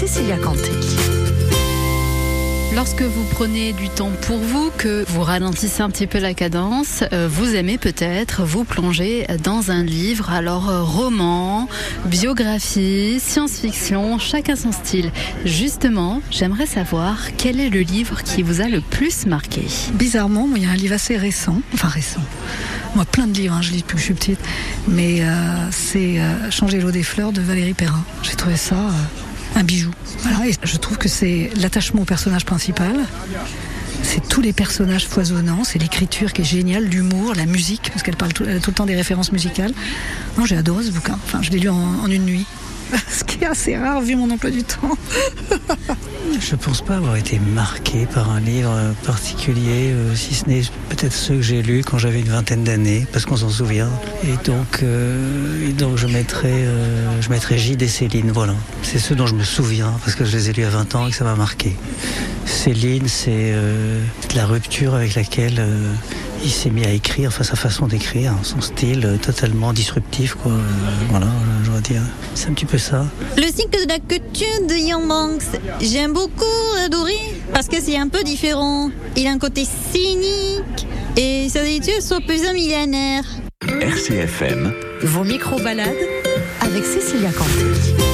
Cécilia Canté. Lorsque vous prenez du temps pour vous, que vous ralentissez un petit peu la cadence, vous aimez peut-être vous plonger dans un livre, alors roman, biographie, science-fiction, chacun son style. Justement, j'aimerais savoir quel est le livre qui vous a le plus marqué. Bizarrement, il y a un livre assez récent. Moi, plein de livres, je lis depuis que je suis petite, mais c'est Changer l'eau des fleurs de Valérie Perrin. J'ai trouvé ça un bijou. Voilà, et je trouve que c'est l'attachement au personnage principal, c'est tous les personnages foisonnants, c'est l'écriture qui est géniale, l'humour, la musique, parce qu'elle elle a tout le temps des références musicales. Non, j'ai adoré ce bouquin. Je l'ai lu en une nuit. Ce qui est assez rare vu mon emploi du temps. Je pense pas avoir été marqué par un livre particulier, si ce n'est peut-être ceux que j'ai lus quand j'avais une vingtaine d'années, parce qu'on s'en souvient. Et donc je mettrais Gide et Céline, voilà. C'est ceux dont je me souviens, parce que je les ai lus à 20 ans et que ça m'a marqué. Céline, c'est la rupture avec laquelle il s'est mis à écrire, sa façon d'écrire, son style totalement disruptif, quoi. Voilà, je dois dire. C'est un petit peu ça. Le cycle de la couture de Ian Banks, j'aime beaucoup adoré parce que c'est un peu différent. Il a un côté cynique et sa études sont plus un millénaire. RCFM. Vos micro-balades avec Cécilia Canté.